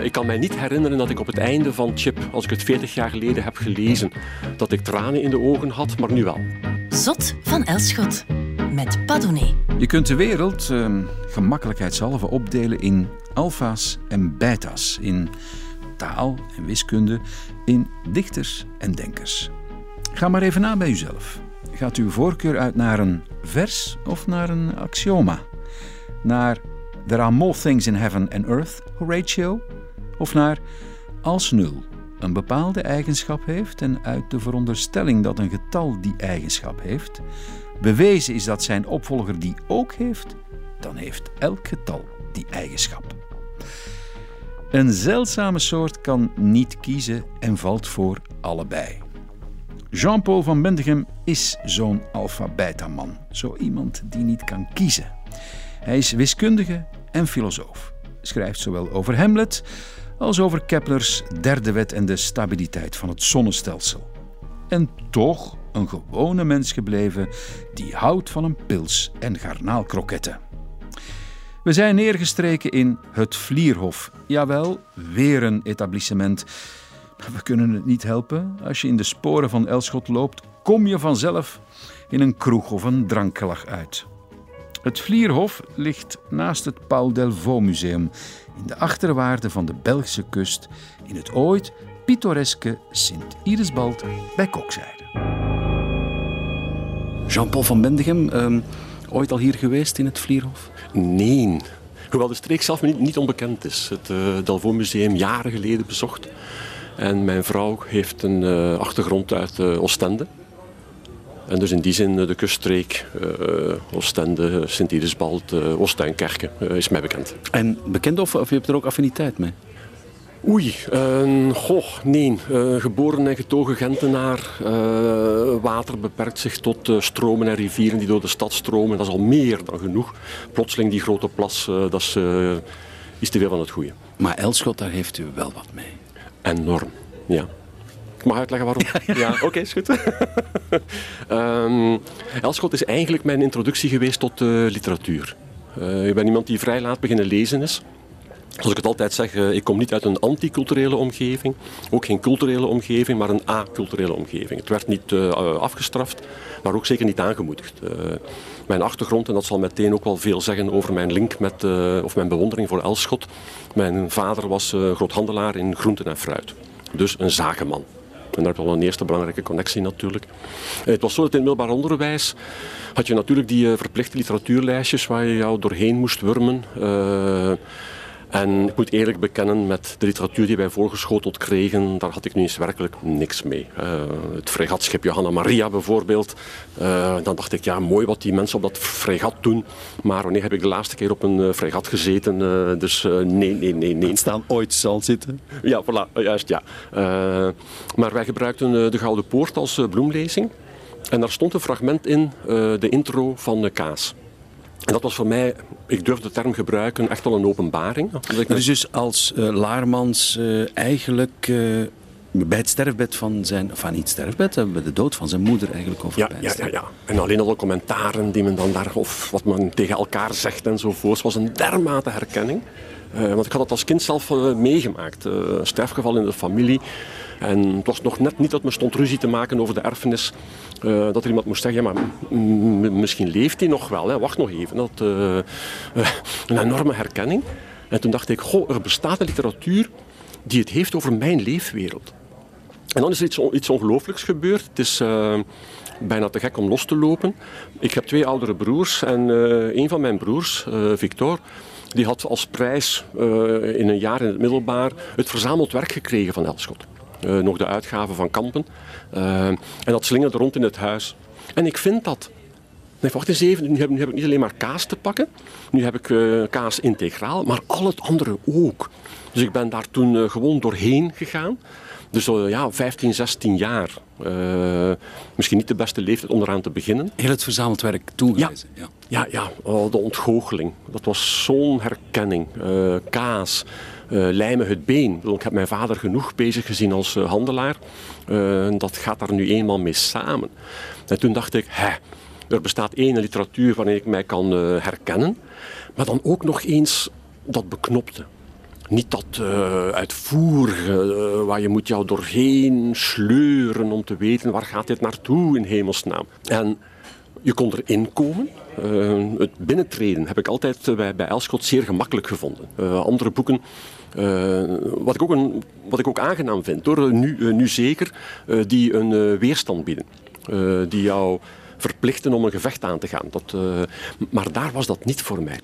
Ik kan mij niet herinneren dat ik op het einde van Chip, als ik het 40 jaar geleden heb gelezen, dat ik tranen in de ogen had, maar nu wel. Zot van Elschot, met Padone. Je kunt de wereld gemakkelijkheidshalve opdelen in alfa's en beta's, in taal en wiskunde, in dichters en denkers. Ga maar even na bij uzelf. Gaat uw voorkeur uit naar een vers of naar een axioma? Naar There are more things in heaven and earth, Horatio? Of naar als 0 een bepaalde eigenschap heeft en uit de veronderstelling dat een getal die eigenschap heeft, bewezen is dat zijn opvolger die ook heeft, dan heeft elk getal die eigenschap. Een zeldzame soort kan niet kiezen en valt voor allebei. Jean-Paul van Bendegem is zo'n alpha-beta-man. Zo iemand die niet kan kiezen. Hij is wiskundige en filosoof. Schrijft zowel over Hamlet als over Keplers derde wet en de stabiliteit van het zonnestelsel. En toch een gewone mens gebleven die houdt van een pils en garnaalkroketten. We zijn neergestreken in het Vlierhof. Jawel, weer een etablissement. Maar we kunnen het niet helpen. Als je in de sporen van Elschot loopt, kom je vanzelf in een kroeg of een drankgelag uit. Het Vlierhof ligt naast het Paul Delvaux Museum in de achterwaarden van de Belgische kust in het ooit pittoreske Sint-Irisbald bij Kokzijde. Jean-Paul van Bendegem, ooit al hier geweest in het Vlierhof? Nee. Hoewel de streek zelf me niet onbekend is. Het Delvaux Museum jaren geleden bezocht. En mijn vrouw heeft een achtergrond uit Oostende. En dus in die zin de kuststreek, Oostende, Sint-Irisbald, Oosttuinkerke is mij bekend. En bekend of je hebt er ook affiniteit mee? Oei, nee. Geboren en getogen Gentenaar. Water beperkt zich tot stromen en rivieren die door de stad stromen. Dat is al meer dan genoeg. Plotseling die grote plas, dat is te veel van het goede. Maar Elschot, daar heeft u wel wat mee. Enorm, ja. Ik mag uitleggen waarom? Ja, oké, is goed. Elschot is eigenlijk mijn introductie geweest tot literatuur. Ik ben iemand die vrij laat beginnen lezen is. Zoals ik het altijd zeg, ik kom niet uit een anticulturele omgeving, ook geen culturele omgeving, maar een aculturele omgeving. Het werd niet afgestraft, maar ook zeker niet aangemoedigd. Mijn achtergrond, en dat zal meteen ook wel veel zeggen over mijn link met, of mijn bewondering voor Elschot. Mijn vader was groothandelaar in groenten en fruit, dus een zakenman. En daar heb je al een eerste belangrijke connectie natuurlijk. Het was zo dat in het middelbaar onderwijs had je natuurlijk die verplichte literatuurlijstjes waar je jou doorheen moest wurmen. En ik moet eerlijk bekennen, met de literatuur die wij voorgeschoteld kregen, daar had ik nu eens werkelijk niks mee. Het fregatschip Johanna Maria bijvoorbeeld. Dan dacht ik, ja, mooi wat die mensen op dat fregat doen. Maar wanneer heb ik de laatste keer op een fregat gezeten? Dus nee. Het staan ooit zal zitten. Ja, voilà, juist, ja. Maar wij gebruikten de Gouden Poort als bloemlezing. En daar stond een fragment in, de intro van Kaas. En dat was voor mij, ik durf de term gebruiken, echt wel een openbaring. Dat is dus als Laarmans eigenlijk bij het sterfbed van zijn, enfin niet sterfbed, bij de dood van zijn moeder eigenlijk over Ja. En alleen al de commentaren die men dan daar, of wat men tegen elkaar zegt enzovoort, was een dermate herkenning. Want ik had het als kind zelf meegemaakt. Een sterfgeval in de familie. En het was nog net niet dat me stond ruzie te maken over de erfenis. Dat er iemand moest zeggen, ja, maar misschien leeft hij nog wel. Hè. Wacht nog even. Dat, een enorme herkenning. En toen dacht ik, er bestaat een literatuur die het heeft over mijn leefwereld. En dan is er iets ongelooflijks gebeurd. Het is bijna te gek om los te lopen. Ik heb 2 oudere broers en een van mijn broers, Victor, die had als prijs in een jaar in het middelbaar het verzameld werk gekregen van Elschot. Nog de uitgaven van Kampen. En dat slingerde rond in het huis. En ik vind dat. Nee, wacht eens even, nu heb ik niet alleen maar kaas te pakken. Nu heb ik kaas integraal, maar al het andere ook. Dus ik ben daar toen gewoon doorheen gegaan. Dus 15, 16 jaar. Misschien niet de beste leeftijd om eraan te beginnen. Heel het verzameld werk toegelezen. Ja, de ontgoocheling. Dat was zo'n herkenning. Kaas. Lijmen het been. Ik heb mijn vader genoeg bezig gezien als handelaar. Dat gaat daar nu eenmaal mee samen. En toen dacht ik, er bestaat één literatuur waarin ik mij kan herkennen. Maar dan ook nog eens dat beknopte. niet dat uitvoerige waar je moet jou doorheen sleuren om te weten waar gaat dit naartoe in hemelsnaam. En je kon erin komen. Het binnentreden heb ik altijd bij Elschot zeer gemakkelijk gevonden. Andere boeken, wat ik ook aangenaam vind, hoor, nu zeker, die een weerstand bieden. Die jou verplichten om een gevecht aan te gaan. Maar daar was dat niet voor mij.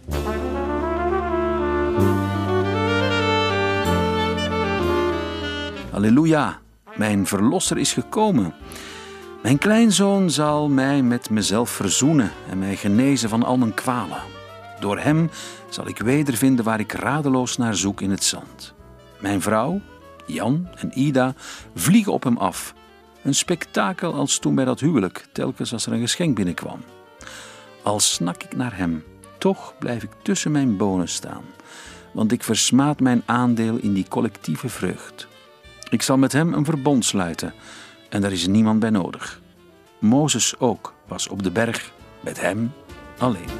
Halleluja, mijn verlosser is gekomen. Mijn kleinzoon zal mij met mezelf verzoenen en mij genezen van al mijn kwalen. Door hem zal ik wedervinden waar ik radeloos naar zoek in het zand. Mijn vrouw, Jan en Ida vliegen op hem af. Een spektakel als toen bij dat huwelijk, telkens als er een geschenk binnenkwam. Al snak ik naar hem, toch blijf ik tussen mijn bonen staan. Want ik versmaad mijn aandeel in die collectieve vreugd. Ik zal met hem een verbond sluiten en daar is niemand bij nodig. Mozes ook was op de berg met hem alleen.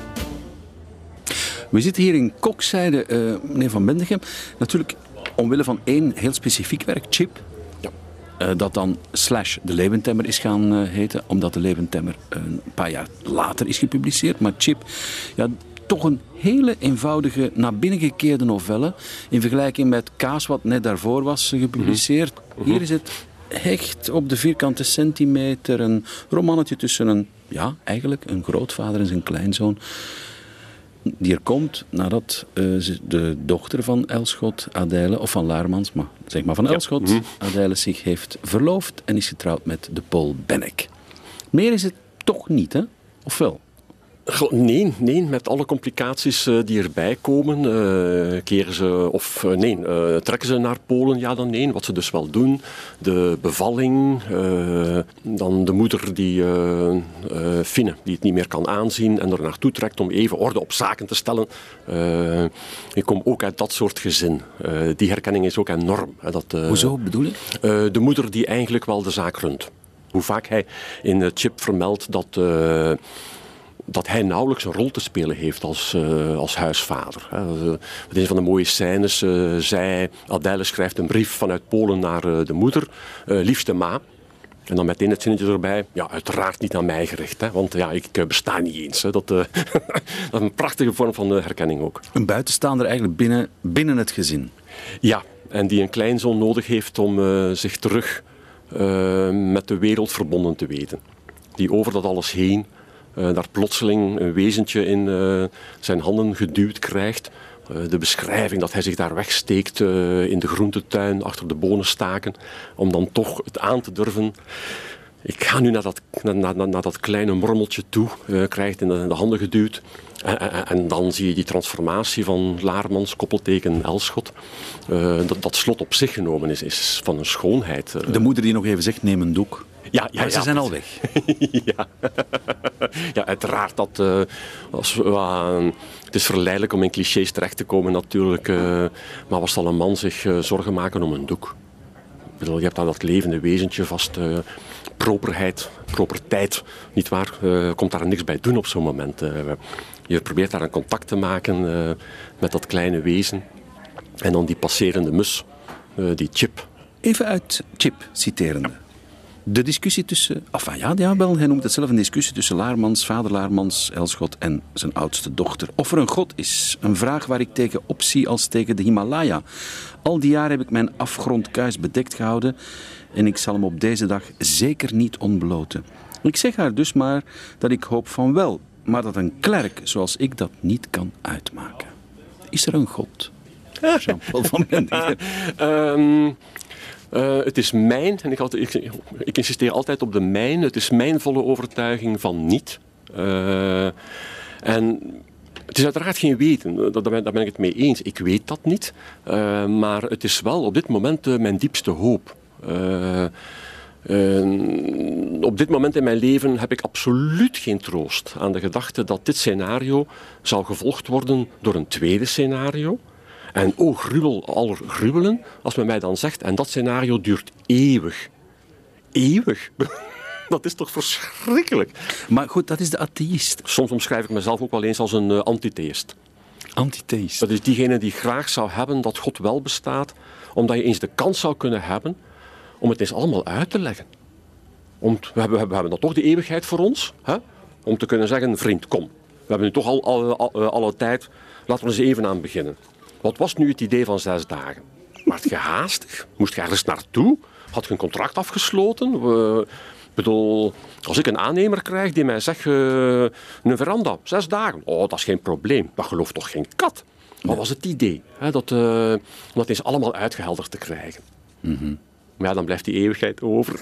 We zitten hier in Kokzijde, meneer Van Bendegem. Natuurlijk omwille van één heel specifiek werk, Chip. Ja. Dat dan / de Leeuwentemmer is gaan heten, omdat de Leeuwentemmer een paar jaar later is gepubliceerd. Maar Chip, ja, toch een hele eenvoudige, naar binnen gekeerde novelle. In vergelijking met Kaas, wat net daarvoor was gepubliceerd. Hier is het echt op de vierkante centimeter een romannetje tussen eigenlijk een grootvader en zijn kleinzoon. Die er komt nadat de dochter van Elschot, Adèle, of van Laarmans, maar zeg maar van Elschot, Adèle zich heeft verloofd en is getrouwd met de Paul Bennek. Meer is het toch niet, hè? Of wel? Nee, met alle complicaties die erbij komen, keren ze, trekken ze naar Polen? Ja, dan nee. Wat ze dus wel doen, de bevalling, dan de moeder die Fine, die het niet meer kan aanzien en er naartoe trekt om even orde op zaken te stellen. Ik kom ook uit dat soort gezin. Die herkenning is ook enorm. Hoezo bedoel je? De moeder die eigenlijk wel de zaak runt. Hoe vaak hij in Chip vermeldt dat hij nauwelijks een rol te spelen heeft als huisvader. Een van de mooie scènes, Adèle schrijft een brief vanuit Polen naar de moeder, liefste ma. En dan meteen het zinnetje erbij, ja, uiteraard niet aan mij gericht, hè, want ja, ik besta niet eens. Hè. Dat is een prachtige vorm van herkenning ook. Een buitenstaander eigenlijk binnen het gezin. Ja, en die een kleinzoon nodig heeft om zich terug met de wereld verbonden te weten. Die over dat alles heen daar plotseling een wezentje in zijn handen geduwd krijgt. De beschrijving dat hij zich daar wegsteekt in de groentetuin, achter de bonenstaken, om dan toch het aan te durven. Ik ga nu naar dat kleine mormeltje toe, krijgt in de handen geduwd. En dan zie je die transformatie van Laarmans, koppelteken Elschot. Dat slot op zich genomen is van een schoonheid. De moeder die nog even zegt, neem een doek. Ja, ze zijn al weg. Ja, uiteraard. Het is verleidelijk om in clichés terecht te komen natuurlijk. Maar wat zal een man zich zorgen maken om een doek? Ik bedoel, je hebt daar dat levende wezentje vast. Properteit, nietwaar? Komt daar niks bij doen op zo'n moment. Je probeert daar een contact te maken met dat kleine wezen. En dan die passerende mus, die Chip. Even uit Chip citerende. De discussie tussen... hij noemt het zelf een discussie tussen Laarmans, vader Laarmans, Elschot en zijn oudste dochter. Of er een God is. Een vraag waar ik tegen opzie als tegen de Himalaya. Al die jaren heb ik mijn afgrondkuis bedekt gehouden en ik zal hem op deze dag zeker niet ontbloten. Ik zeg haar dus maar dat ik hoop van wel, maar dat een klerk zoals ik dat niet kan uitmaken. Is er een God? Jean-Paul van Bendegem. Het is mijn, en ik insisteer altijd op de mijn, het is mijn volle overtuiging van niet. En het is uiteraard geen weten, daar ben ik het mee eens. Ik weet dat niet, maar het is wel op dit moment mijn diepste hoop. Op dit moment in mijn leven heb ik absoluut geen troost aan de gedachte dat dit scenario zal gevolgd worden door een tweede scenario. En gruwel aller gruwelen, als men mij dan zegt, en dat scenario duurt eeuwig. Eeuwig? Dat is toch verschrikkelijk? Maar goed, dat is de atheïst. Soms omschrijf ik mezelf ook wel eens als een antitheïst. Antitheïst. Dat is diegene die graag zou hebben dat God wel bestaat, omdat je eens de kans zou kunnen hebben om het eens allemaal uit te leggen. We hebben dan toch de eeuwigheid voor ons, hè? Om te kunnen zeggen, vriend, kom. We hebben nu toch alle tijd, laten we eens even aan beginnen. Wat was nu het idee van 6 dagen? Was het gehaastig? Moest je ergens naartoe? Had je een contract afgesloten? Als ik een aannemer krijg die mij zegt, een veranda, 6 dagen. Oh, dat is geen probleem. Dat gelooft toch geen kat? Wat was het idee? Hè? Om dat eens allemaal uitgehelderd te krijgen. Mm-hmm. Maar ja, dan blijft die eeuwigheid over.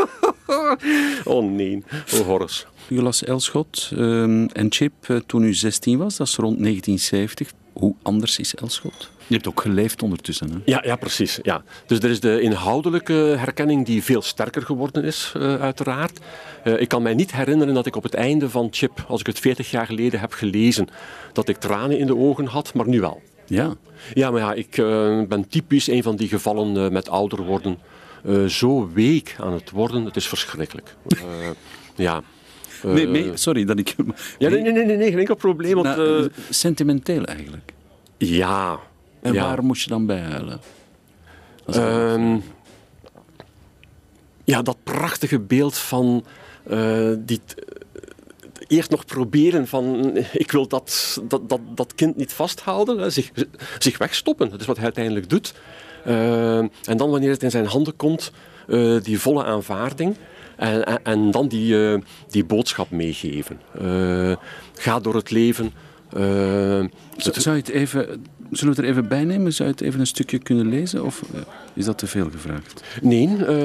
Oh nee, oh Horus. U las Elschot en Chip toen u 16 was, dat is rond 1970. Hoe anders is Elschot? Je hebt ook geleefd ondertussen, hè? Ja, precies. Ja. Dus er is de inhoudelijke herkenning die veel sterker geworden is, uiteraard. Ik kan mij niet herinneren dat ik op het einde van Chip, als ik het 40 jaar geleden heb gelezen, dat ik tranen in de ogen had, maar nu wel. Ja. Ja, maar ja, ik ben typisch een van die gevallen met ouder worden. Zo week aan het worden, het is verschrikkelijk. Ja. Sorry dat ik... Ja, nee, geen enkel probleem. Want, sentimenteel eigenlijk. Ja. En waar moest je dan bij huilen? Ja, dat prachtige beeld van eerst nog proberen van ik wil dat kind niet vasthouden, zich wegstoppen. Dat is wat hij uiteindelijk doet. En dan wanneer het in zijn handen komt, die volle aanvaarding. En dan die boodschap meegeven. Ga door het leven. Zou je het even... Zullen we het er even bij nemen? Zou je het even een stukje kunnen lezen? Of is dat te veel gevraagd? Nee.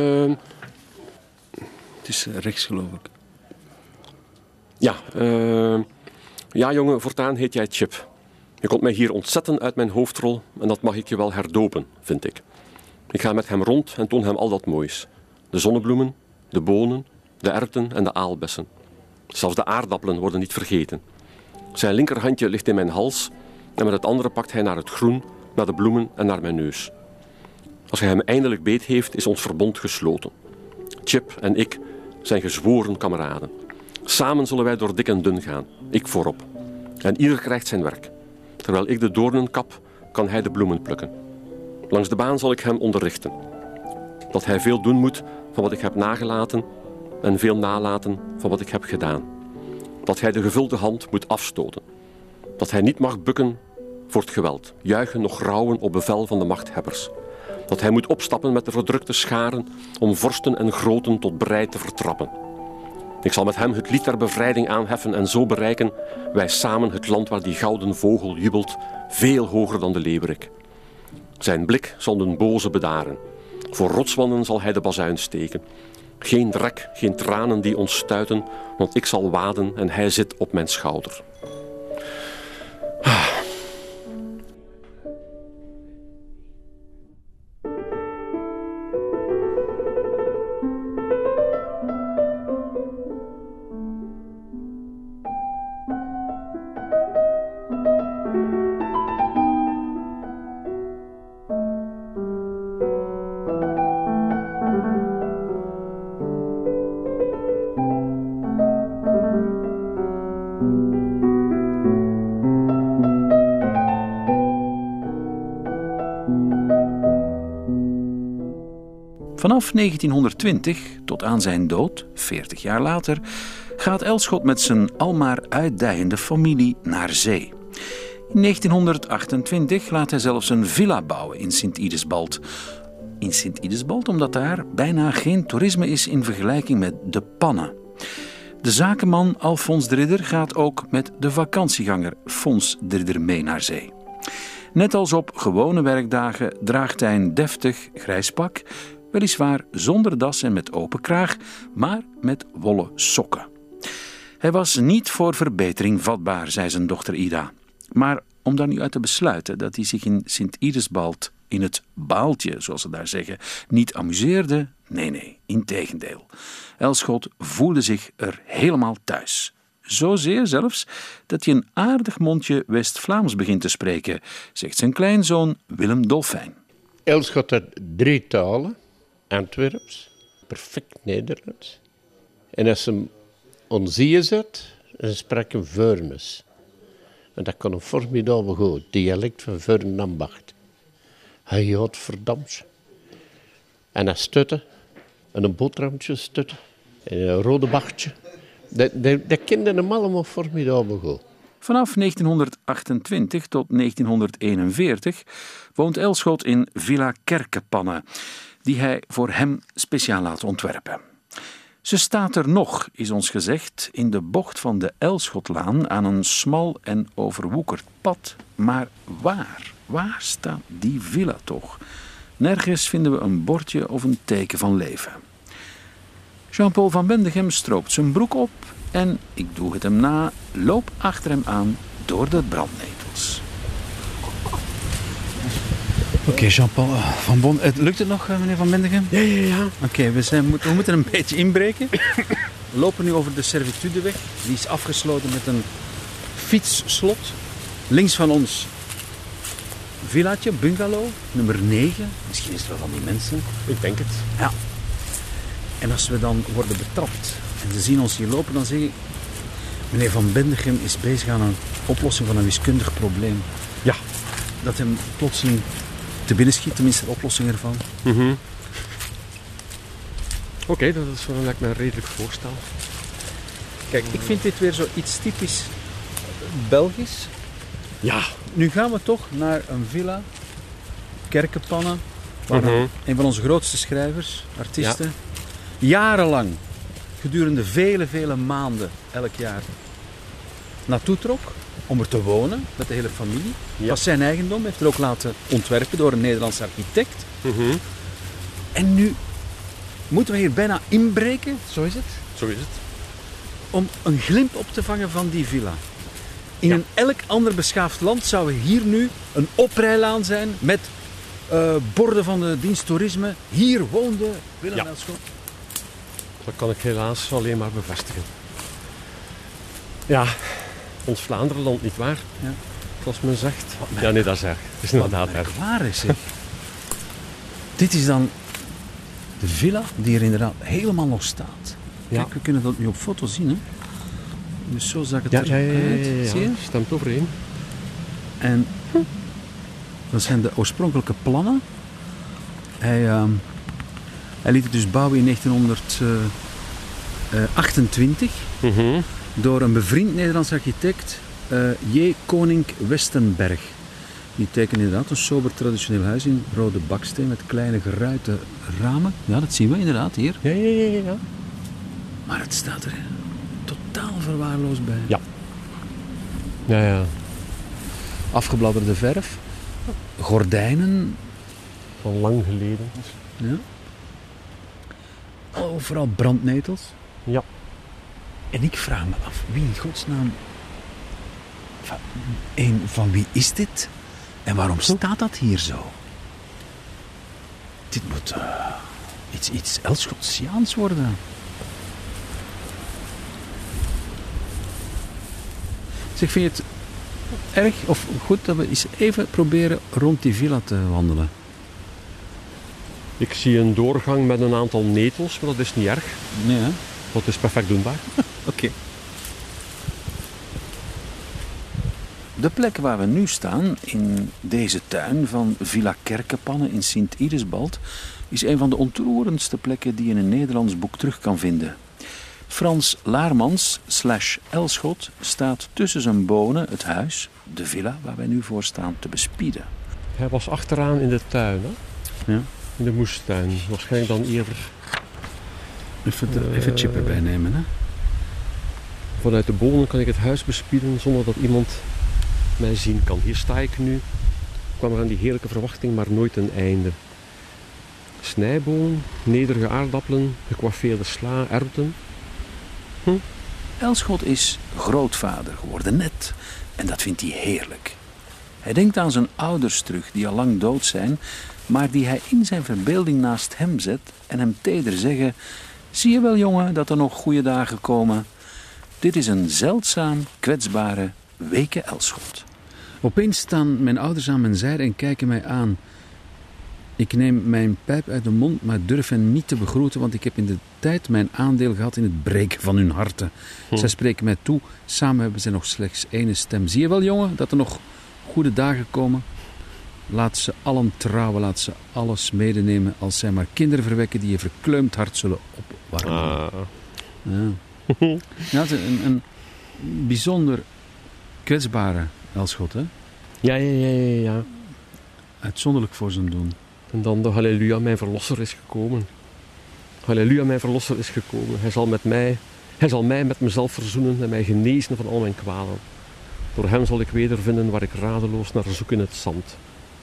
Het is rechts, geloof ik. Ja. Ja, jongen, voortaan heet jij Chip. Je komt mij hier ontzetten uit mijn hoofdrol en dat mag ik je wel herdopen, vind ik. Ik ga met hem rond en toon hem al dat moois. De zonnebloemen, de bonen, de erwten en de aalbessen. Zelfs de aardappelen worden niet vergeten. Zijn linkerhandje ligt in mijn hals en met het andere pakt hij naar het groen, naar de bloemen en naar mijn neus. Als hij hem eindelijk beet heeft, is ons verbond gesloten. Chip en ik zijn gezworen kameraden. Samen zullen wij door dik en dun gaan, ik voorop. En ieder krijgt zijn werk. Terwijl ik de doornen kap, kan hij de bloemen plukken. Langs de baan zal ik hem onderrichten. Dat hij veel doen moet van wat ik heb nagelaten en veel nalaten van wat ik heb gedaan. Dat hij de gevulde hand moet afstoten. Dat hij niet mag bukken voor het geweld, juichen nog rouwen op bevel van de machthebbers. Dat hij moet opstappen met de verdrukte scharen om vorsten en groten tot brei te vertrappen. Ik zal met hem het lied der bevrijding aanheffen en zo bereiken wij samen het land waar die gouden vogel jubelt, veel hoger dan de leeuwerik. Zijn blik zal den boze bedaren. Voor rotswanden zal hij de bazuin steken. Geen drek, geen tranen die ons stuiten, want ik zal waden en hij zit op mijn schouder. Vanaf 1920 tot aan zijn dood, 40 jaar later, gaat Elschot met zijn almaar uitdijende familie naar zee. In 1928 laat hij zelfs een villa bouwen in Sint-Idesbald. In Sint-Idesbald omdat daar bijna geen toerisme is in vergelijking met de Pannen. De zakenman Alfons de Ridder gaat ook met de vakantieganger Fons de Ridder mee naar zee. Net als op gewone werkdagen draagt hij een deftig grijs pak, weliswaar zonder das en met open kraag, maar met wollen sokken. Hij was niet voor verbetering vatbaar, zei zijn dochter Ida. Maar om daar nu uit te besluiten dat hij zich in Sint-Idesbald, in het baaltje, zoals ze daar zeggen, niet amuseerde, nee, integendeel. Elschot voelde zich er helemaal thuis. Zozeer zelfs dat hij een aardig mondje West-Vlaams begint te spreken, zegt zijn kleinzoon Willem Dolfijn. Elschot had 3 talen. Antwerps, perfect Nederlands. En als ze hem onzien zat, dan sprak hem Vormes. En dat kon een formidabel goed. Dialect van Veurne-Ambacht. Hij had Verdams. En hij stutte. En een boterhamtje stutte. En een rode bachtje. Dat kende hem allemaal formidabel goed. Vanaf 1928 tot 1941 woont Elschot in Villa Kerkepanne, die hij voor hem speciaal laat ontwerpen. Ze staat er nog, is ons gezegd, in de bocht van de Elschotlaan aan een smal en overwoekerd pad. Maar waar staat die villa toch? Nergens vinden we een bordje of een teken van leven. Jean-Paul van Bendegem stroopt zijn broek op en, ik doe het hem na, loop achter hem aan door de brandnetels. Oké, Jean-Paul van Bon, lukt het nog, meneer Van Bendegem? Ja. Oké, we moeten een beetje inbreken. We lopen nu over de Servitudeweg. Die is afgesloten met een fietsslot. Links van ons villaatje, bungalow, nummer 9. Misschien is het wel van die mensen. Ik denk het. Ja. En als we dan worden betrapt en ze zien ons hier lopen, dan zeg ik... Meneer Van Bendegem is bezig aan een oplossing van een wiskundig probleem. Ja. Dat hem plotseling te binnen schiet, tenminste de oplossing ervan. Oké, dat is lijkt me een redelijk voorstel. Kijk, ik vind dit weer zo iets typisch Belgisch. Ja. Nu gaan we toch naar een villa, Kerkepanne, waar een van onze grootste schrijvers, artiesten, jarenlang, gedurende vele maanden elk jaar, naartoe trok om er te wonen met de hele familie. Dat was zijn eigendom, heeft er ook laten ontwerpen door een Nederlandse architect. En nu moeten we hier bijna inbreken, zo is het, om een glimp op te vangen van die villa. In elk ander beschaafd land zou hier nu een oprijlaan zijn met borden van de dienst toerisme. Hier woonde Willem Elschot. Dat kan ik helaas alleen maar bevestigen. Ja, ons Vlaanderenland, niet waar? Ja. Zoals men zegt. Ja, nee, dat is erg. Het is inderdaad erg. Waar is het? Dit is dan de villa die er inderdaad helemaal nog staat. Kijk, we kunnen dat nu op foto zien, hè? Dus zo zag het eruit. Zie je? Stemt overeen. En dat zijn de oorspronkelijke plannen. Hij liet het dus bouwen in 1928 door een bevriend Nederlands architect, J. Koning Westenberg. Die tekende inderdaad een sober traditioneel huis in rode baksteen met kleine geruite ramen. Ja, dat zien we inderdaad hier. Ja. Maar het staat er totaal verwaarloosd bij. Ja. Afgebladderde verf, gordijnen. Van lang geleden. Ja. Overal brandnetels. Ja. En ik vraag me af, wie in godsnaam... Van wie is dit? En waarom staat dat hier zo? Dit moet iets Elschotsiaans worden. Zeg, vind je het erg of goed dat we eens even proberen rond die villa te wandelen? Ik zie een doorgang met een aantal netels, maar dat is niet erg. Nee, hè? Dat is perfect doenbaar. Oké. De plek waar we nu staan, in deze tuin van Villa Kerkepanne in Sint-Irisbald, is een van de ontroerendste plekken die je in een Nederlands boek terug kan vinden. Frans Laarmans / Elschot staat tussen zijn bonen het huis, de villa waar wij nu voor staan, te bespieden. Hij was achteraan in de tuin, hè? Ja. In de moestuin. Waarschijnlijk dan eerder... Even chip erbij nemen, hè? Vanuit de bonen kan ik het huis bespieden zonder dat iemand mij zien kan. Hier sta ik nu. Kwam er aan die heerlijke verwachting, maar nooit een einde. Snijboon, nederige aardappelen, gekwaffeerde sla, erwten. Elschot is grootvader geworden, net. En dat vindt hij heerlijk. Hij denkt aan zijn ouders terug, die al lang dood zijn, maar die hij in zijn verbeelding naast hem zet en hem teder zeggen: zie je wel, jongen, dat er nog goede dagen komen? Dit is een zeldzaam, kwetsbare, weke Elschot. Opeens staan mijn ouders aan mijn zijde en kijken mij aan. Ik neem mijn pijp uit de mond, maar durf hen niet te begroeten, want ik heb in de tijd mijn aandeel gehad in het breken van hun harten. Zij spreken mij toe, samen hebben ze nog slechts één stem. Zie je wel, jongen, dat er nog goede dagen komen? Laat ze allen trouwen, laat ze alles medenemen als zij maar kinderen verwekken die je verkleumd hart zullen opwarmen. Ja. Ja, het is een bijzonder kwetsbare Elschot, hè? Ja. Uitzonderlijk voor zijn doen. En dan de halleluja, mijn verlosser is gekomen. Halleluja, mijn verlosser is gekomen. Hij zal mij met mezelf verzoenen en mij genezen van al mijn kwalen. Door hem zal ik wedervinden waar ik radeloos naar zoek in het zand.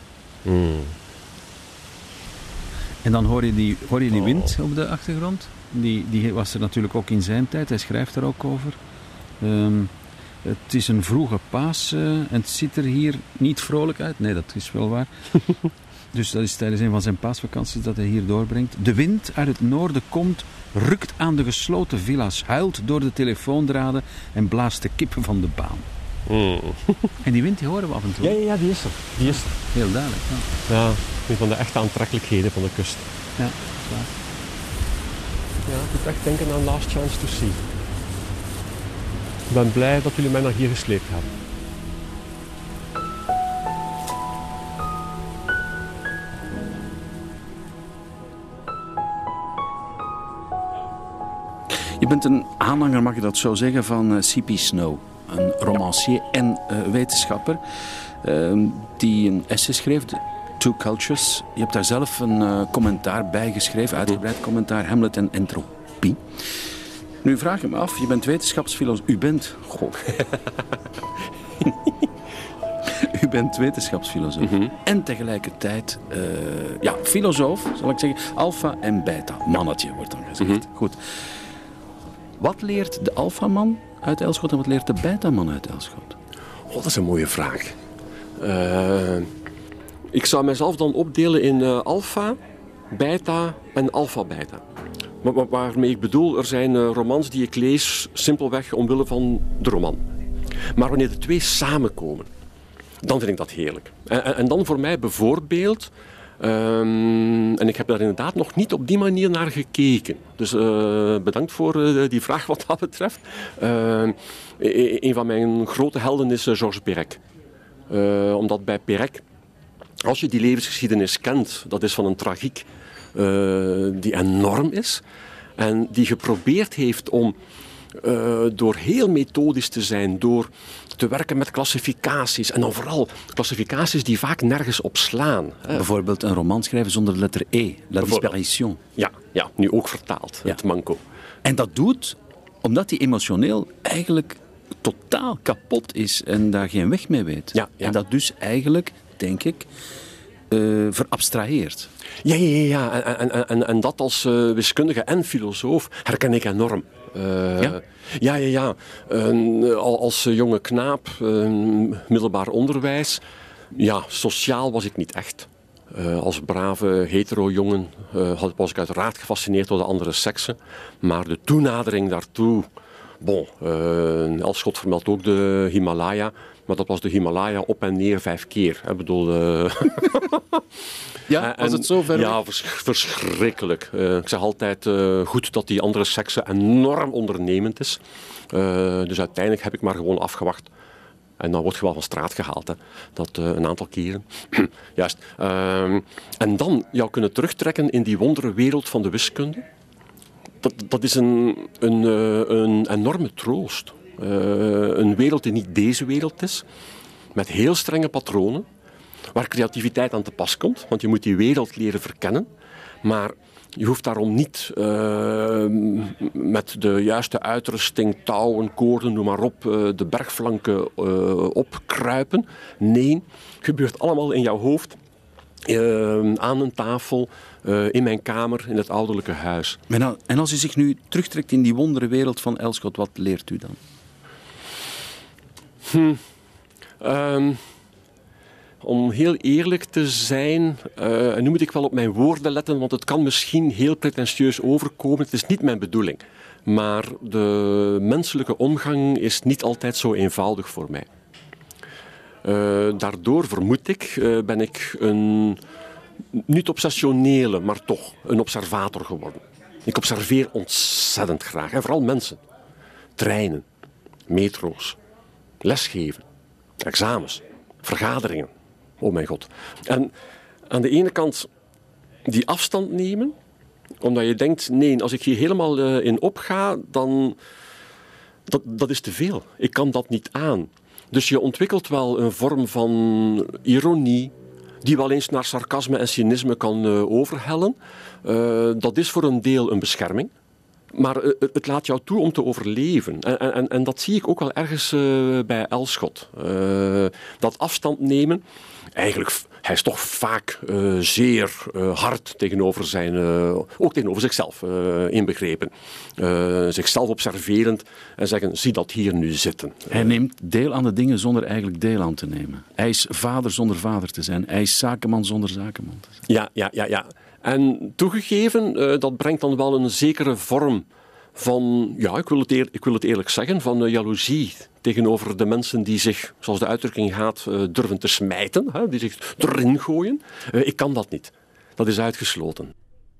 En dan hoor je die wind op de achtergrond. Die was er natuurlijk ook in zijn tijd. Hij schrijft er ook over. Het is een vroege paas en het ziet er hier niet vrolijk uit. Nee, dat is wel waar. Dus dat is tijdens een van zijn paasvakanties dat hij hier doorbrengt. De wind uit het noorden komt, rukt aan de gesloten villa's, huilt door de telefoondraden en blaast de kippen van de baan. En die wind die horen we af en toe. Ja, die is er. Heel duidelijk. Ja. Een van de echte aantrekkelijkheden van de kust. Ja, dat is waar. Ja, ik moet echt denken aan Last Chance to See. Ik ben blij dat jullie mij naar hier gesleept hebben. Je bent een aanhanger, mag je dat zo zeggen, van C.P. Snow. Een romancier en wetenschapper die een essay schreef, Two Cultures. Je hebt daar zelf een commentaar bij geschreven, uitgebreid commentaar, Hamlet en Entropie. Nu vraag ik me af, je bent wetenschapsfilosoof. U bent wetenschapsfilosoof en tegelijkertijd filosoof, zal ik zeggen, alfa en beta. Mannetje wordt dan gezegd. Goed. Wat leert de alfaman uit Elschot en wat leert de beta-man uit Elschot? Dat is een mooie vraag. Ik zou mezelf dan opdelen in alfa, beta en alfa-beta. Waarmee ik bedoel, er zijn romans die ik lees simpelweg omwille van de roman. Maar wanneer de twee samenkomen, dan vind ik dat heerlijk. En dan voor mij bijvoorbeeld, en ik heb daar inderdaad nog niet op die manier naar gekeken. Dus bedankt voor die vraag wat dat betreft. Een van mijn grote helden is Georges Perec. Omdat bij Perec, als je die levensgeschiedenis kent, dat is van een tragiek die enorm is. En die geprobeerd heeft om door heel methodisch te zijn, door te werken met klassificaties. En dan vooral klassificaties die vaak nergens op slaan. Bijvoorbeeld een roman schrijven zonder de letter E. La disparition. Ja, nu ook vertaald. Ja. Het manco. En dat doet omdat hij emotioneel eigenlijk totaal kapot is en daar geen weg mee weet. Ja. En dat dus eigenlijk, denk ik, verabstraheert. Ja. En dat als wiskundige en filosoof herken ik enorm. Ja. Als jonge knaap, middelbaar onderwijs. Ja, sociaal was ik niet echt. Als brave hetero-jongen was ik uiteraard gefascineerd door de andere seksen. Maar de toenadering daartoe... Elschot vermeldt ook de Himalaya. Maar dat was de Himalaya op en neer 5 keer. Ik bedoel... Ja, was het zo ver? Ja, verschrikkelijk. Ik zeg altijd goed dat die andere sekse enorm ondernemend is. Dus uiteindelijk heb ik maar gewoon afgewacht. En dan word je wel van straat gehaald. Hè. Dat een aantal keren. Juist. En dan jou kunnen terugtrekken in die wondere wereld van de wiskunde. Dat is een enorme troost. Een wereld die niet deze wereld is. Met heel strenge patronen. Waar creativiteit aan te pas komt. Want je moet die wereld leren verkennen. Maar je hoeft daarom niet met de juiste uitrusting, touwen, koorden, noem maar op, de bergflanken opkruipen. Nee, het gebeurt allemaal in jouw hoofd. Aan een tafel, in mijn kamer, in het ouderlijke huis. En als u zich nu terugtrekt in die wondere wereld van Elschot, wat leert u dan? Om heel eerlijk te zijn, en nu moet ik wel op mijn woorden letten, want het kan misschien heel pretentieus overkomen. Het is niet mijn bedoeling. Maar de menselijke omgang is niet altijd zo eenvoudig voor mij. Daardoor vermoed ik, ben ik een niet obsessionele, maar toch een observator geworden. Ik observeer ontzettend graag. En vooral mensen. Treinen, metro's, lesgeven, examens, vergaderingen. Oh mijn god. En aan de ene kant die afstand nemen, omdat je denkt, nee, als ik hier helemaal in opga, dan... Dat is te veel. Ik kan dat niet aan. Dus je ontwikkelt wel een vorm van ironie, die wel eens naar sarcasme en cynisme kan overhellen. Dat is voor een deel een bescherming. Maar het laat jou toe om te overleven. En dat zie ik ook wel ergens bij Elschot. Dat afstand nemen. Eigenlijk, hij is toch vaak zeer hard tegenover zijn... ook tegenover zichzelf inbegrepen. Zichzelf observerend en zeggen, zie dat hier nu zitten. Hij neemt deel aan de dingen zonder eigenlijk deel aan te nemen. Hij is vader zonder vader te zijn. Hij is zakenman zonder zakenman te zijn. Ja. En toegegeven, dat brengt dan wel een zekere vorm van, ja, ik wil het eerlijk zeggen, van jaloezie tegenover de mensen die zich, zoals de uitdrukking gaat, durven te smijten, hè, die zich erin gooien. Ik kan dat niet. Dat is uitgesloten.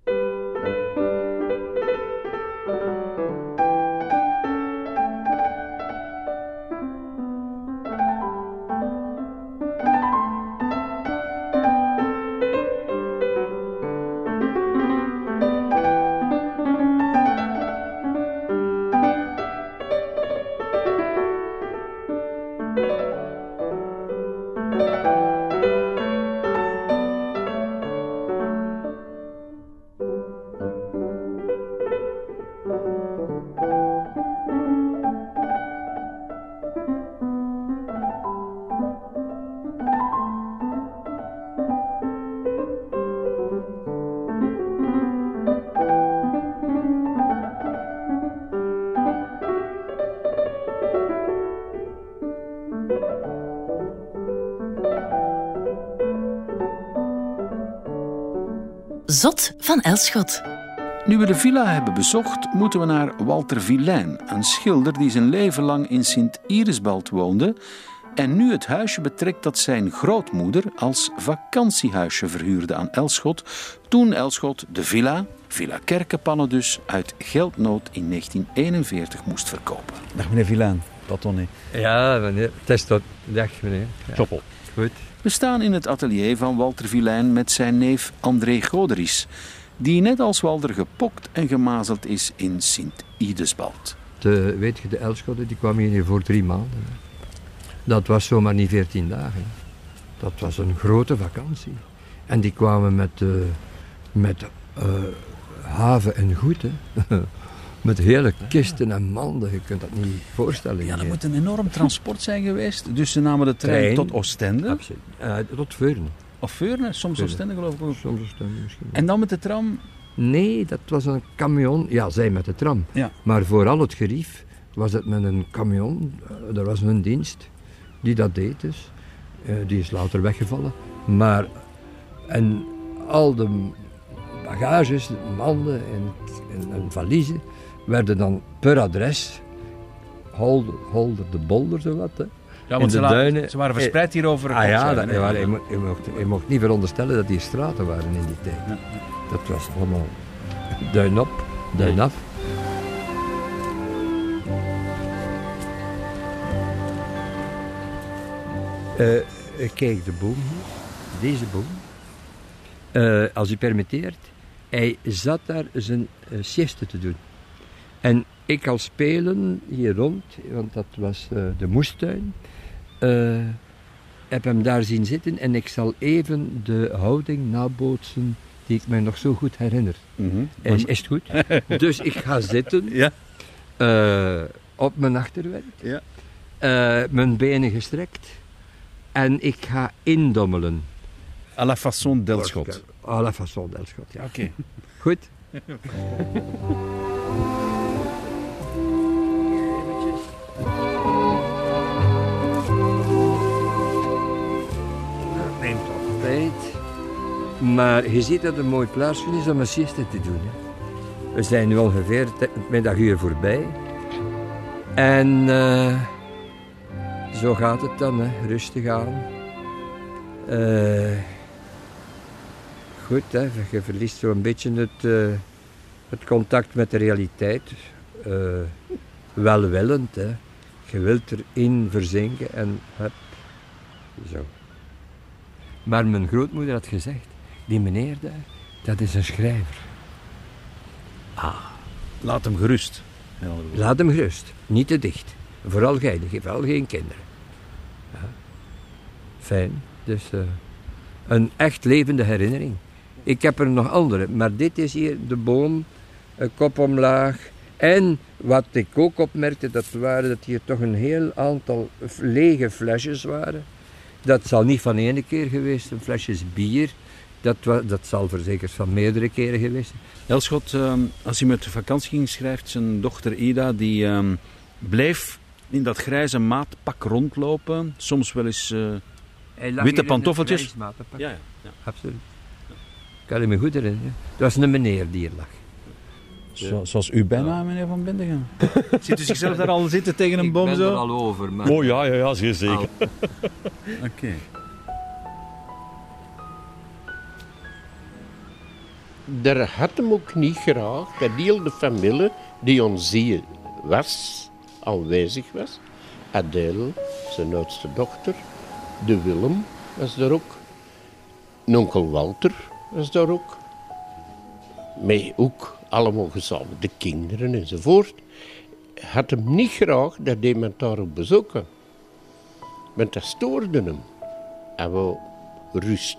Zot van Elschot. Nu we de villa hebben bezocht, moeten we naar Walter Villain, een schilder die zijn leven lang in Sint-Irisbald woonde en nu het huisje betrekt dat zijn grootmoeder als vakantiehuisje verhuurde aan Elschot, toen Elschot de Villa Kerkenpannen dus, uit geldnood in 1941 moest verkopen. Dag meneer Villain, Patonné. Ja, meneer. Het is tot. Dag meneer. Ja. Choppel. Goed. We staan in het atelier van Walter Villain met zijn neef André Goderis, die net als Walter gepokt en gemazeld is in Sint-Idesbald. Weet je, de Elschotten die kwamen hier voor 3 maanden. Dat was zomaar niet 14 dagen. Dat was een grote vakantie. En die kwamen met haven en goed. Hè. Met hele kisten en manden, je kunt dat niet voorstellen. Ja, dat moet een enorm transport zijn geweest. Dus ze namen de trein tot Oostende. Absoluut. Tot Veurne. Of Veurne, soms Oostende geloof ik ook. Soms Oostende misschien. En dan met de tram? Nee, dat was een camion. Ja, zij met de tram. Ja. Maar vooral het gerief was het met een camion. Er was een dienst die dat deed dus. Die is later weggevallen. Maar, en al de bagages, manden en valiezen werden dan per adres, holder de bolder zowat. Hè. Ja, want ze waren verspreid hier over. Je mocht niet veronderstellen dat die straten waren in die tijd. Ja. Dat was allemaal duin op, duin af. Kijk, de boom hier, deze boom. Als u permitteert, hij zat daar zijn sieste te doen. En ik al spelen hier rond, want dat was de moestuin, heb hem daar zien zitten en ik zal even de houding nabootsen die ik mij nog zo goed herinner. Mm-hmm. Is het goed? Dus ik ga zitten, ja. op mijn achterwerk, ja. mijn benen gestrekt en ik ga indommelen. À la façon d'Elschot. À la façon d'Elschot, ja. Oké. Goed. Dat neemt toch tijd. Maar je ziet dat het een mooi plaatsje is om een sieste te doen. Hè. We zijn nu ongeveer het middaguur voorbij. En zo gaat het dan, hè. Rustig aan. goed, hè, je verliest zo'n beetje het contact met de realiteit. Welwillend, hè. Je wilt erin verzinken en hup, zo. Maar mijn grootmoeder had gezegd, die meneer daar, dat is een schrijver. Laat hem gerust. Laat hem gerust, niet te dicht. Vooral jij, vooral geen kinderen. Ja. Fijn, dus een echt levende herinnering. Ik heb er nog andere, maar dit is hier de boom, een kop omlaag. En wat ik ook opmerkte, dat hier toch een heel aantal lege flesjes waren. Dat zal niet van ene keer geweest zijn, flesjes bier. Dat zal verzekerd van meerdere keren geweest zijn. Elschot, als hij met vakantie ging, schrijft zijn dochter Ida, die bleef in dat grijze maatpak rondlopen. Soms wel eens witte pantoffeltjes. Ja, absoluut. Ik kan me goed herinneren. Dat was een meneer die hier lag. Zoals u bijna, meneer Van Bindegem. Ziet u zichzelf daar al zitten tegen een boom zo? Ik ben er al over. Maar... Oh ja, zeer zeker. Oké. Daar had hem ook niet graag dat heel de familie die ons hier was, aanwezig was. Adèle, zijn oudste dochter, de Willem was daar ook. En onkel Walter was daar ook. Mij ook allemaal gesamen, de kinderen enzovoort. Had hem niet graag dat iemand daar op bezoek kwam. Want dat stoorde hem. En wou rust.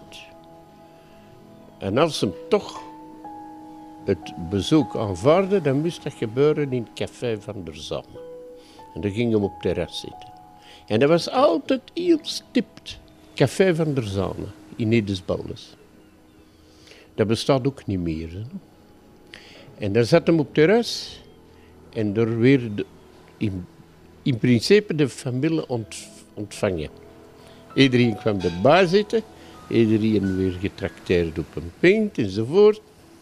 En als hem toch het bezoek aanvaarde, dan moest dat gebeuren in het café van der Zanne. En dan ging hem op het terras zitten. En dat was altijd heel stipt. Café van der Zanne in Edesballes. Dat bestaat ook niet meer. Hè. En daar zat hem op het terras. En daar weer in principe de familie ontvangen. Iedereen kwam erbij zitten. Iedereen weer getrakteerd op een pint enzovoort.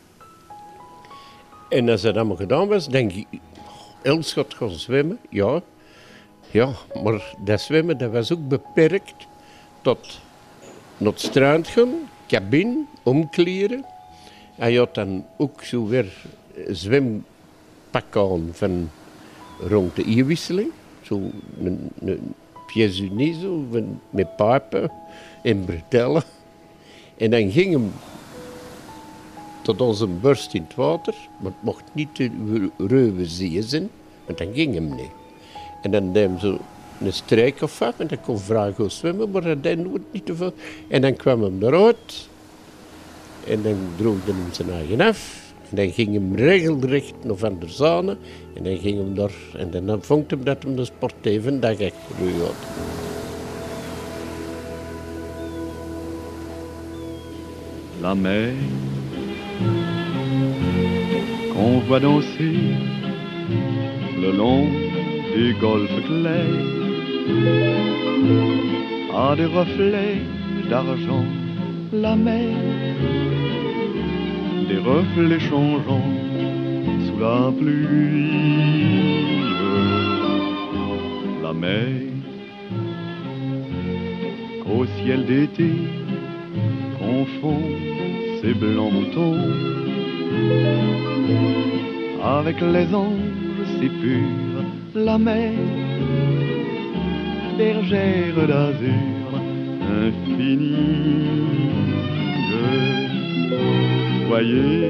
En als dat allemaal gedaan was, denk ik, Elschot gaan zwemmen. Ja, maar dat zwemmen dat was ook beperkt tot naar het strand gaan, cabine, omkleren. En je had dan ook zo weer zwempak aan van rond de inwisseling. Zo een pièce unie zo, met pijpen en bretellen. En dan ging hem tot onze borst in het water, maar het mocht niet te ruwe zee zijn, want dan ging hem niet. En dan deed hem zo een strijk of af en dan kon vragen zwemmen, maar dat deed nooit niet te veel. En dan kwam hem eruit en dan droogde hem zijn eigen af. En dan ging hem regelrecht naar Van der Zane en dan ging hem daar. En dan vond hem dat hem de sportieve dag echt voor had. La mer qu'on voit danser le long des golfes clairs a des reflets d'argent. La mer, des reflets changeants sous la pluie. La mer, qu'au ciel d'été confond ses blancs moutons avec les anges si purs. La mer, bergère d'azur infinie. Voyez,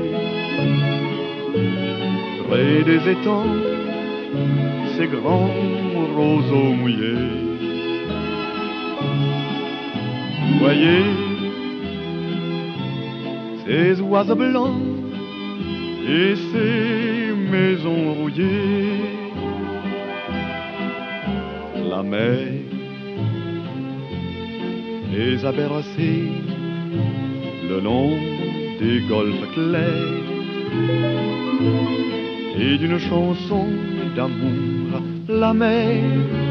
près des étangs, ces grands roseaux mouillés. Voyez, ces oiseaux blancs et ces maisons rouillées. La mer les a bercés le long des golfes clairs et d'une chanson d'amour. La mer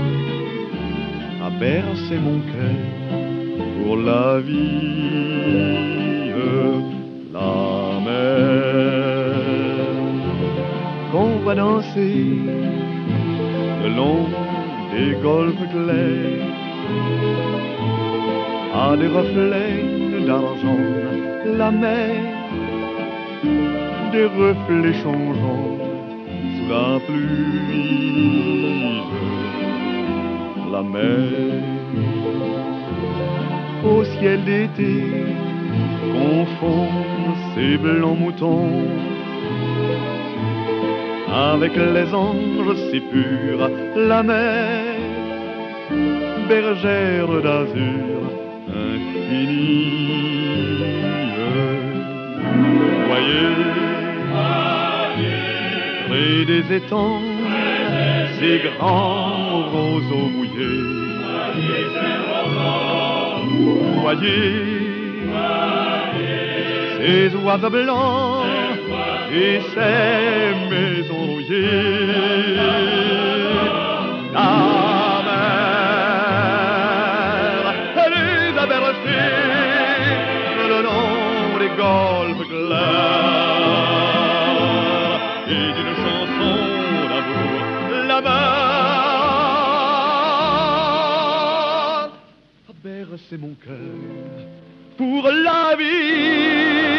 a bercé mon cœur pour la vie. La mer qu'on va danser le long des golfes clairs a des reflets d'argent, la mer, des reflets changeants sous la pluie. La mer, au ciel d'été, confond ses blancs moutons avec les anges si purs. La mer, bergère d'azur infinie. Voyez, près des étangs, ces grands roseaux mouillés. Voyez, ces oiseaux blancs et ces maisons rouillées. La mer, elle les a bercés le long des golfes clairs et d'une chanson d'amour. La mer a bercé mon cœur pour la vie.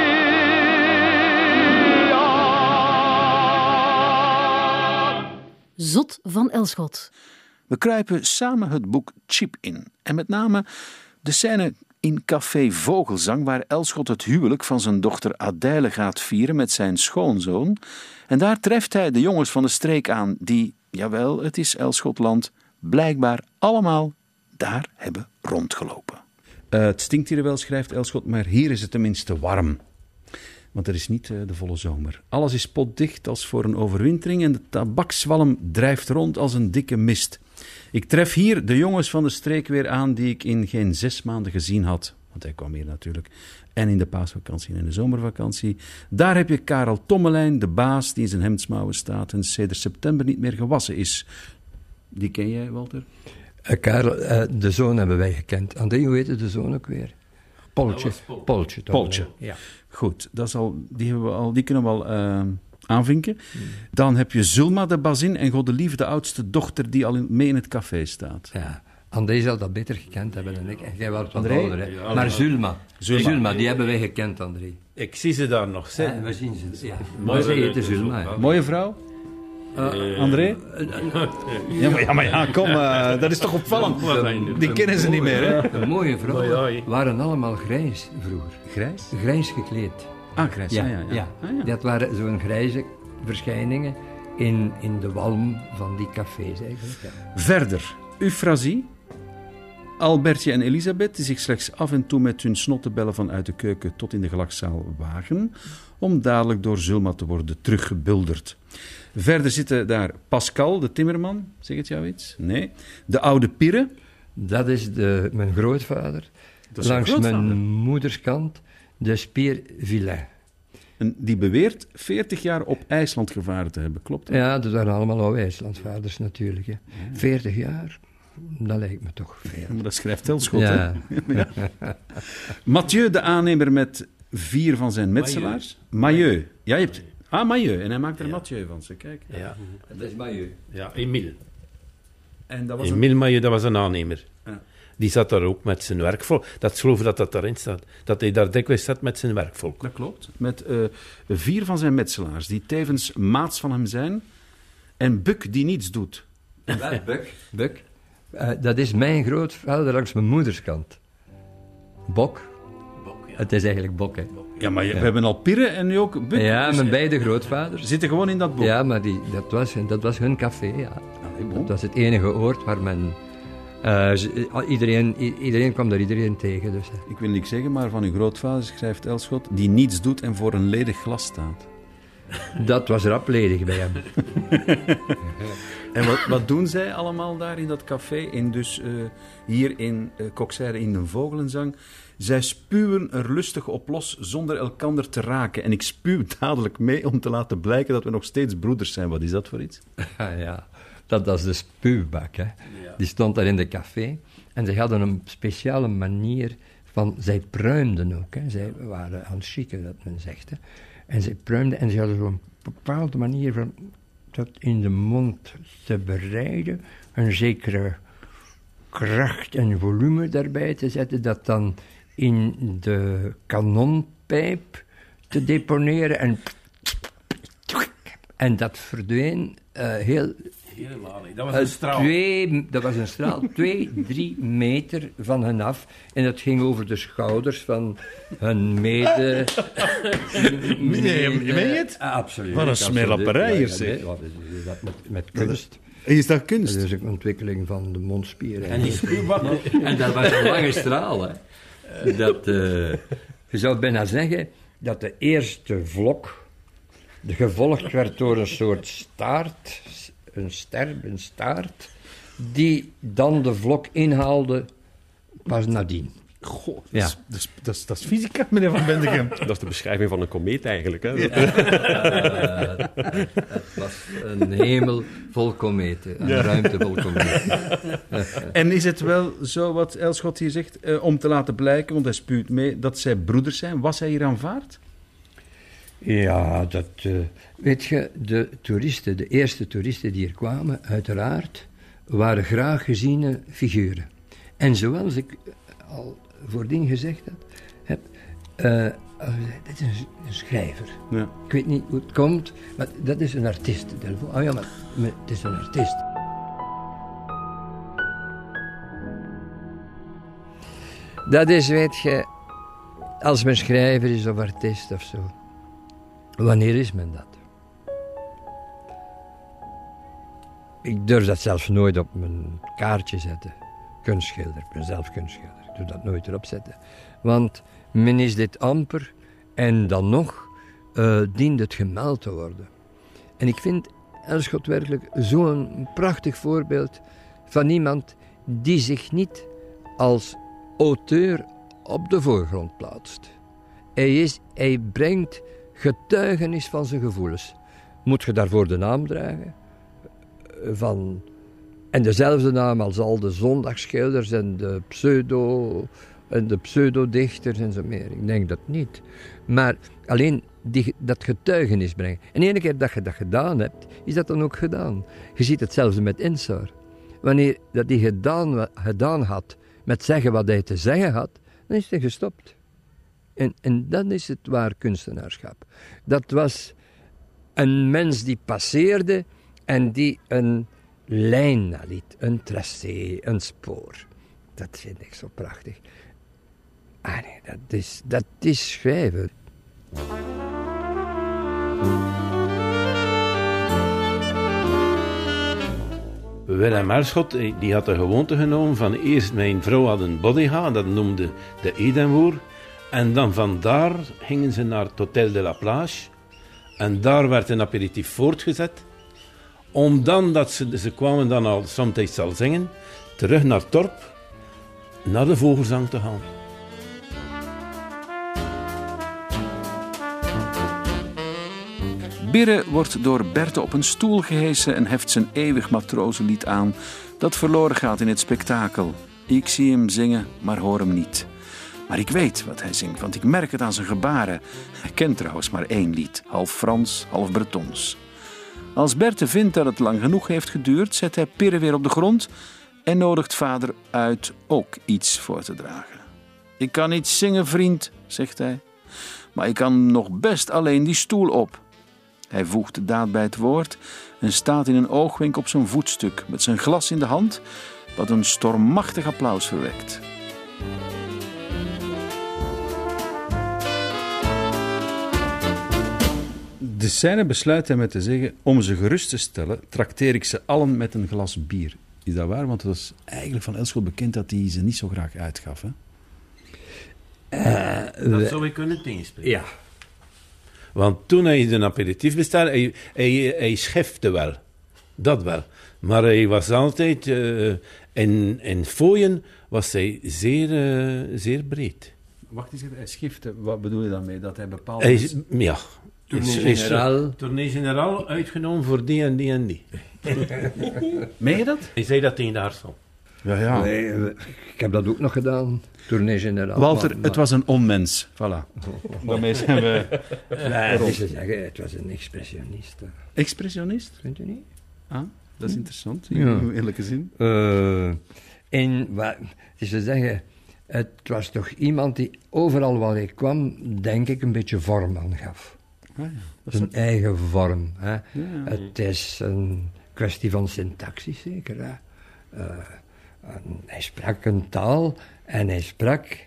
Zot van Elschot. We kruipen samen het boek Chip in. En met name de scène in Café Vogelzang, waar Elschot het huwelijk van zijn dochter Adèle gaat vieren met zijn schoonzoon. En daar treft hij de jongens van de streek aan die, jawel, het is Elschotland, blijkbaar allemaal daar hebben rondgelopen. Het stinkt hier wel, schrijft Elschot, maar hier is het tenminste warm. Want er is niet de volle zomer. Alles is potdicht als voor een overwintering en de tabakswalm drijft rond als een dikke mist. Ik tref hier de jongens van de streek weer aan die ik in geen 6 maanden gezien had. Want hij kwam hier natuurlijk. En in de paasvakantie en in de zomervakantie. Daar heb je Karel Tommelijn, de baas die in zijn hemdsmouwen staat en sedert september niet meer gewassen is. Die ken jij, Walter? Karel, de zoon hebben wij gekend. André, hoe heette de zoon ook weer? Poltje. Ja. Goed, die kunnen we al aanvinken. Dan heb je Zulma de bazin en Godelieve, de oudste dochter, die al mee in het café staat. Ja, André zal dat beter gekend hebben dan ik. En jij was wat ouder, hè? Ja, maar Zulma, die hebben wij gekend, André. Ik zie ze daar nog. Ja, we zien ze. Ja. Maar ze eten Zulma. Ja. Mooie vrouw? André? Ja, kom, dat is toch opvallend. Die kennen ze niet meer, hè? De mooie vrouwen waren allemaal grijs vroeger. Grijs? Grijs gekleed. Grijs, ja. Dat waren zo'n grijze verschijningen in de walm van die cafés eigenlijk. Ja. Verder, Euphrasie, Albertje en Elisabeth, die zich slechts af en toe met hun snottenbellen vanuit de keuken tot in de gelagzaal wagen, om dadelijk door Zulma te worden teruggebulderd. Verder zitten daar Pascal, de timmerman. Zeg het jou iets? Nee. De oude Pirre. Dat is mijn grootvader. Langs mijn moederskant, de Spier Villain. En die beweert 40 jaar op IJsland gevaren te hebben, klopt dat? Ja, dat waren allemaal oude IJslandvaders natuurlijk. Hè. 40 jaar, dat lijkt me toch veel. Maar dat schrijft Elschot, ja. Hè? Ja. Mathieu, de aannemer met 4 van zijn metselaars. Mailleu. Ja, je hebt... Mailleu. En hij maakt er Mathieu van, ze kijk. Ja. Dat is Mailleu. Ja, Emile. En dat was Emile Mailleu, dat was een aannemer. Ja. Die zat daar ook met zijn werkvolk. Dat geloof ik dat daarin staat. Dat hij daar dikwijls zat met zijn werkvolk. Dat klopt. Met 4 van zijn metselaars, die tevens maats van hem zijn. En Buck, die niets doet. Buck. Dat is mijn grootvader langs mijn moederskant. Bok. Ja. Het is eigenlijk Bok, hè. Ja, maar we hebben al Pirre en nu ook Buck. Ja, dus mijn beide grootvaders. Zitten gewoon in dat boek. Ja, maar dat was hun café, ja. Dat was het enige oord waar men... iedereen kwam daar iedereen tegen. Dus. Ik wil niks zeggen, maar van uw grootvader schrijft Elschot, die niets doet en voor een ledig glas staat. Dat was rapledig bij hem. En wat doen zij allemaal daar in dat café? Hier in Kokzijde in de Vogelenzang. Zij spuwen er lustig op los zonder elkander te raken. En ik spuw dadelijk mee om te laten blijken dat we nog steeds broeders zijn. Wat is dat voor iets? Ja, dat was de spuwbak. Hè. Ja. Die stond daar in de café. En ze hadden een speciale manier van... Zij pruimden ook. Hè. Zij waren aan het chicken, dat men zegt. Hè. En zij pruimden en ze hadden zo'n bepaalde manier van... dat in de mond te bereiden. Een zekere kracht en volume daarbij te zetten... dat dan in de kanonpijp te deponeren en dat verdween heel... Helemaal niet. Dat was een straal. Dat was een straal, 2-3 meter van hen af. En dat ging over de schouders van hun mede... Nee, meen je het? Absoluut. Wat een smelapperij hier, ja, zeg. Wat is dat met kunst? Is dat kunst? Dat is ook een ontwikkeling van de mondspieren. En die spuurbakken. En dat was een lange straal, hè. Dat, je zou bijna zeggen dat de eerste vlok gevolgd werd door een soort staart, een staart, die dan de vlok inhaalde pas nadien. Goh, Ja. dat is fysica, meneer Van Bendegem. Dat is de beschrijving van een komeet eigenlijk. Hè? Het was een hemel vol kometen, een ruimte vol kometen. En is het wel zo wat Elschot hier zegt, om te laten blijken, want hij spuurt mee, dat zij broeders zijn? Was hij hier aanvaard? Ja, dat... weet je, de eerste toeristen die hier kwamen, uiteraard, waren graag geziene figuren. En zoals ik al voordien gezegd heb, dit is een schrijver. Ja. Ik weet niet hoe het komt, maar dat is een artiest. Oh ja, maar het is een artiest. Dat is, weet je, als men schrijver is of artiest of zo. Wanneer is men dat? Ik durf dat zelfs nooit op mijn kaartje zetten. Kunstschilder, ik ben zelf kunstschilder. Ik doe dat nooit erop zetten. Want men is dit amper en dan nog dient het gemeld te worden. En ik vind Elschot werkelijk zo'n prachtig voorbeeld van iemand die zich niet als auteur op de voorgrond plaatst. Hij brengt getuigenis van zijn gevoelens. Moet je daarvoor de naam dragen? En dezelfde naam als al de zondagsschilders en de pseudodichters en zo meer. Ik denk dat niet. Maar alleen dat getuigenis brengen. En de ene keer dat je dat gedaan hebt, is dat dan ook gedaan. Je ziet hetzelfde met Ensor. Wanneer dat hij gedaan had met zeggen wat hij te zeggen had, dan is hij gestopt. En dat is het waar kunstenaarschap. Dat was een mens die passeerde en die een lijn naliet, een tracé, een spoor. Dat vind ik zo prachtig. Nee, dat is schrijven. Willem Elschot, die had de gewoonte genomen van eerst mijn vrouw had een bodyha, dat noemde de Edenwoer. En dan vandaar gingen ze naar het Hotel de la Plage. En daar werd een aperitief voortgezet. Om dan, dat ze kwamen dan al somtijds al zingen, terug naar het dorp, naar de vogelzang te gaan. Birre wordt door Berthe op een stoel gehesen en heft zijn eeuwig matrozenlied aan, dat verloren gaat in het spektakel. Ik zie hem zingen, maar hoor hem niet. Maar ik weet wat hij zingt, want ik merk het aan zijn gebaren. Hij kent trouwens maar 1 lied, half Frans, half Bretons. Als Berthe vindt dat het lang genoeg heeft geduurd, zet hij Pirre weer op de grond en nodigt vader uit ook iets voor te dragen. Ik kan niet zingen, vriend, zegt hij, maar ik kan nog best alleen die stoel op. Hij voegt de daad bij het woord en staat in een oogwenk op zijn voetstuk met zijn glas in de hand, wat een stormachtig applaus verwekt. De scène besluit hij met te zeggen, om ze gerust te stellen, trakteer ik ze allen met een glas bier. Is dat waar? Want het was eigenlijk van Elschot bekend dat hij ze niet zo graag uitgaf. Hè? Dat zou ik kunnen tegenspreken. Ja. Want toen hij een aperitief bestelde, hij schefte wel. Dat wel. Maar hij was altijd... in fooien was hij zeer breed. Wacht eens even, hij schifte. Wat bedoel je daarmee? Dat hij bepaalde... Ja. Tournee-generaal uitgenomen voor die en die en die. Meen je dat? Hij zei dat tegen de Hartstand. Ja. Nee, ik heb dat ook nog gedaan. Tournee-generaal. Walter, het was een onmens. Voilà. Daarmee zijn we... Het was een expressionist. Expressionist? Vindt u niet? Ah, dat is interessant. In welke zin? Het is te zeggen... Het was toch iemand die overal waar hij kwam, denk ik, een beetje vorm aan gaf. Zijn eigen vorm. Hè. Ja. Het is een kwestie van syntaxis, zeker. Hè. Hij sprak een taal en hij sprak...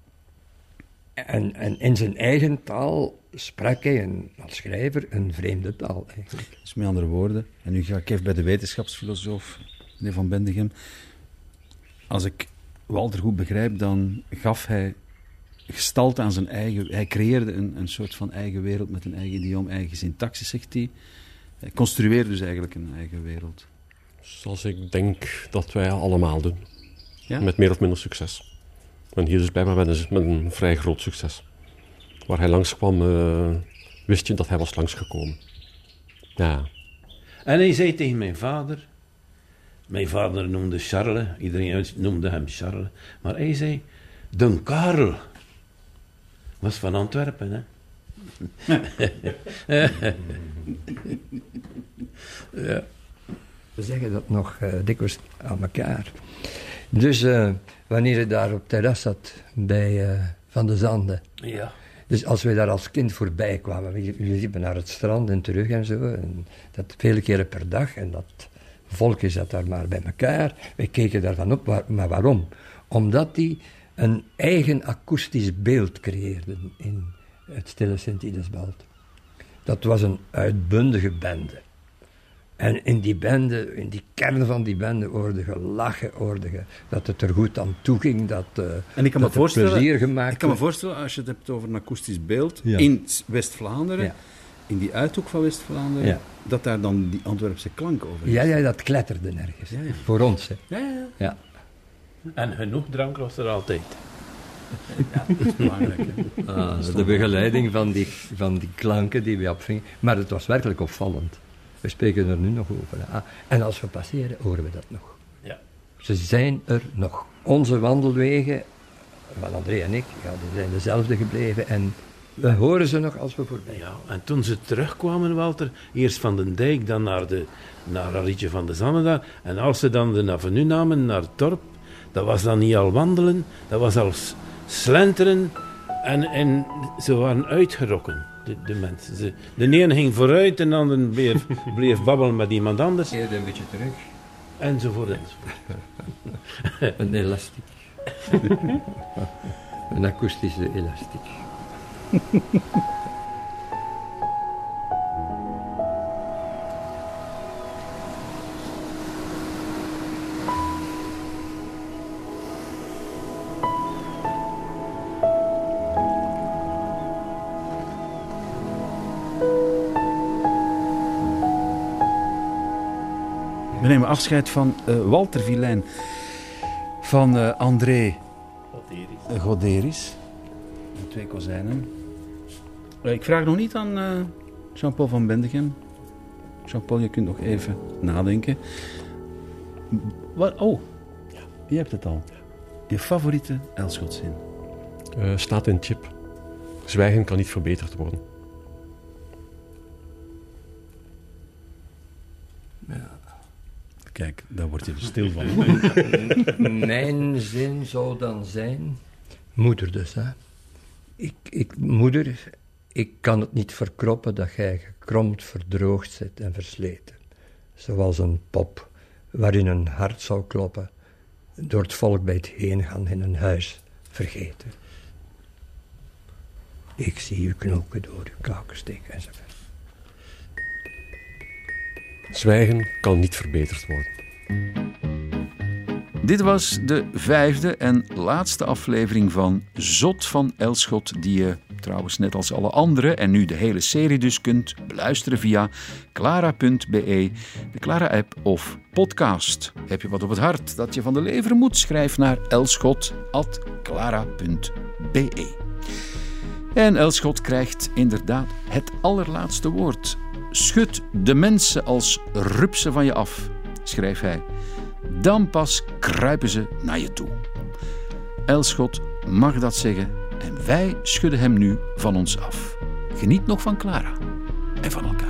En in zijn eigen taal sprak hij als schrijver een vreemde taal, eigenlijk. Dus met andere woorden, en nu ga ik even bij de wetenschapsfilosoof, meneer Van Bendegem. Als ik Walter goed begrijp, dan gaf hij gestalte aan zijn eigen... Hij creëerde een soort van eigen wereld met een eigen idioom, eigen syntaxis, zegt hij. Hij construeerde dus eigenlijk een eigen wereld. Zoals ik denk dat wij allemaal doen. Ja? Met meer of minder succes. En hier dus blijkbaar met een vrij groot succes. Waar hij langskwam, wist je dat hij was langsgekomen. Ja. En hij zei tegen mijn vader... Mijn vader noemde Charles, iedereen noemde hem Charles. Maar hij zei, de Karel was van Antwerpen, hè. Ja. We zeggen dat nog dikwijls aan elkaar. Dus wanneer je daar op het terras zat bij Van de Zanden. Ja. Dus als wij daar als kind voorbij kwamen, we liepen naar het strand en terug en zo. En dat vele keren per dag. En dat volkje zat daar maar bij elkaar. Wij keken daarvan op. Maar waarom? Omdat die een eigen akoestisch beeld creëerden in het stille Sint-Idesbald. Dat was een uitbundige bende. En in die bende, in die kern van die bende, hoorde je lachen, hoorde je dat het er goed aan toe ging, dat En ik kan me voorstellen, plezier gemaakt ik kan me werd. voorstellen, als je het hebt over een akoestisch beeld, Ja. in West-Vlaanderen, Ja. in die uithoek van West-Vlaanderen, Ja. dat daar dan die Antwerpse klank over is. Ja, dat kletterde nergens. Ja, ja. Voor ons, hè. Ja. Ja. En genoeg drank was er altijd. Dat is belangrijk. Hè. De begeleiding van die klanken die we opvingen. Maar het was werkelijk opvallend. We spreken er nu nog over. Hè. En als we passeren, horen we dat nog. Ja. Ze zijn er nog. Onze wandelwegen, van André en ik, ja, die zijn dezelfde gebleven. En we horen ze nog als we voorbij gaan. Ja, en toen ze terugkwamen, Walter, eerst van den Dijk, dan naar Arietje van de Zanne daar. En als ze dan de avenue namen naar het dorp, dat was dan niet al wandelen, dat was al slenteren. En ze waren uitgerokken, de mensen. De ene ging vooruit en de ander bleef babbelen met iemand anders. Eerder een beetje terug. Enzovoort, enzovoort. Een elastiek. Een akoestische elastiek. We nemen afscheid van Walter Villain, van André Goderis, de 2 kozijnen. Ik vraag nog niet aan Jean-Paul van Bendegem. Jean-Paul, je kunt nog even nadenken. Oh, je hebt het al. Je favoriete Elschotzin? Staat in Chip. Zwijgen kan niet verbeterd worden. Kijk, daar word je er stil van. Mijn zin zou dan zijn... Moeder dus, hè. Moeder, ik kan het niet verkroppen dat gij gekromd, verdroogd zit en versleten. Zoals een pop waarin een hart zou kloppen, door het volk bij het heengaan in een huis vergeten. Ik zie u knoken door uw kaken steken enzovoort. Zwijgen kan niet verbeterd worden. Dit was de 5e en laatste aflevering van Zot van Elschot, die je trouwens net als alle andere en nu de hele serie dus kunt beluisteren via clara.be, de Clara-app of podcast. Heb je wat op het hart dat je van de lever moet? Schrijf naar elschot@clara.be. En Elschot krijgt inderdaad het allerlaatste woord. Schud de mensen als rupsen van je af, schreef hij. Dan pas kruipen ze naar je toe. Elschot mag dat zeggen en wij schudden hem nu van ons af. Geniet nog van Clara en van elkaar.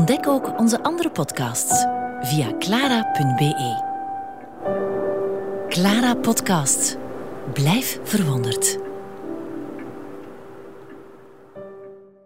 Ontdek ook onze andere podcasts via clara.be. Clara Podcast. Blijf verwonderd.